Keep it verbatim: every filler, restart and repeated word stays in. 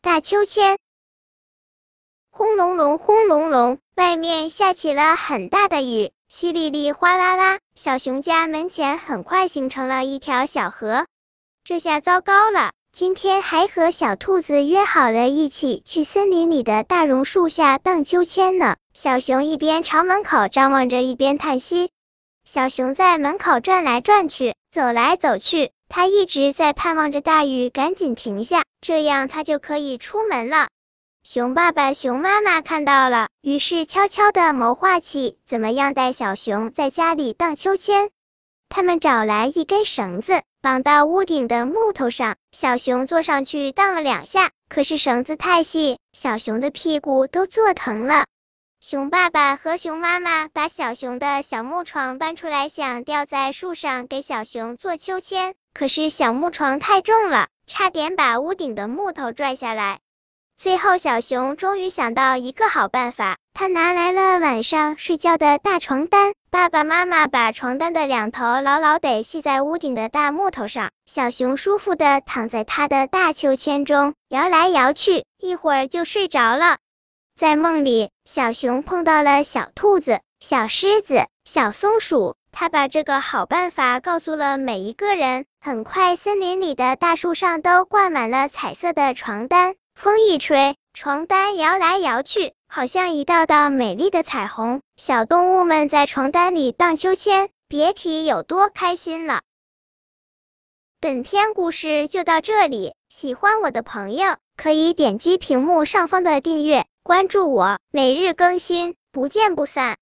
大秋千。轰隆隆轰隆隆，外面下起了很大的雨，淅沥沥哗啦啦，小熊家门前很快形成了一条小河。这下糟糕了，今天还和小兔子约好了一起去森林里的大榕树下荡秋千呢。小熊一边朝门口张望着，一边叹息。小熊在门口转来转去，走来走去，他一直在盼望着大雨赶紧停下，这样他就可以出门了。熊爸爸、熊妈妈看到了，于是悄悄地谋划起怎么样带小熊在家里荡秋千。他们找来一根绳子，绑到屋顶的木头上，小熊坐上去荡了两下，可是绳子太细，小熊的屁股都坐疼了。熊爸爸和熊妈妈把小熊的小木床搬出来，想吊在树上给小熊做秋千，可是小木床太重了，差点把屋顶的木头拽下来。最后小熊终于想到一个好办法，他拿来了晚上睡觉的大床单，爸爸妈妈把床单的两头牢牢地系在屋顶的大木头上，小熊舒服地躺在他的大秋千中，摇来摇去，一会儿就睡着了。在梦里，小熊碰到了小兔子、小狮子、小松鼠，他把这个好办法告诉了每一个人，很快森林里的大树上都挂满了彩色的床单，风一吹，床单摇来摇去，好像一道道美丽的彩虹，小动物们在床单里荡秋千，别提有多开心了。本篇故事就到这里，喜欢我的朋友可以点击屏幕上方的订阅，关注我，每日更新，不见不散。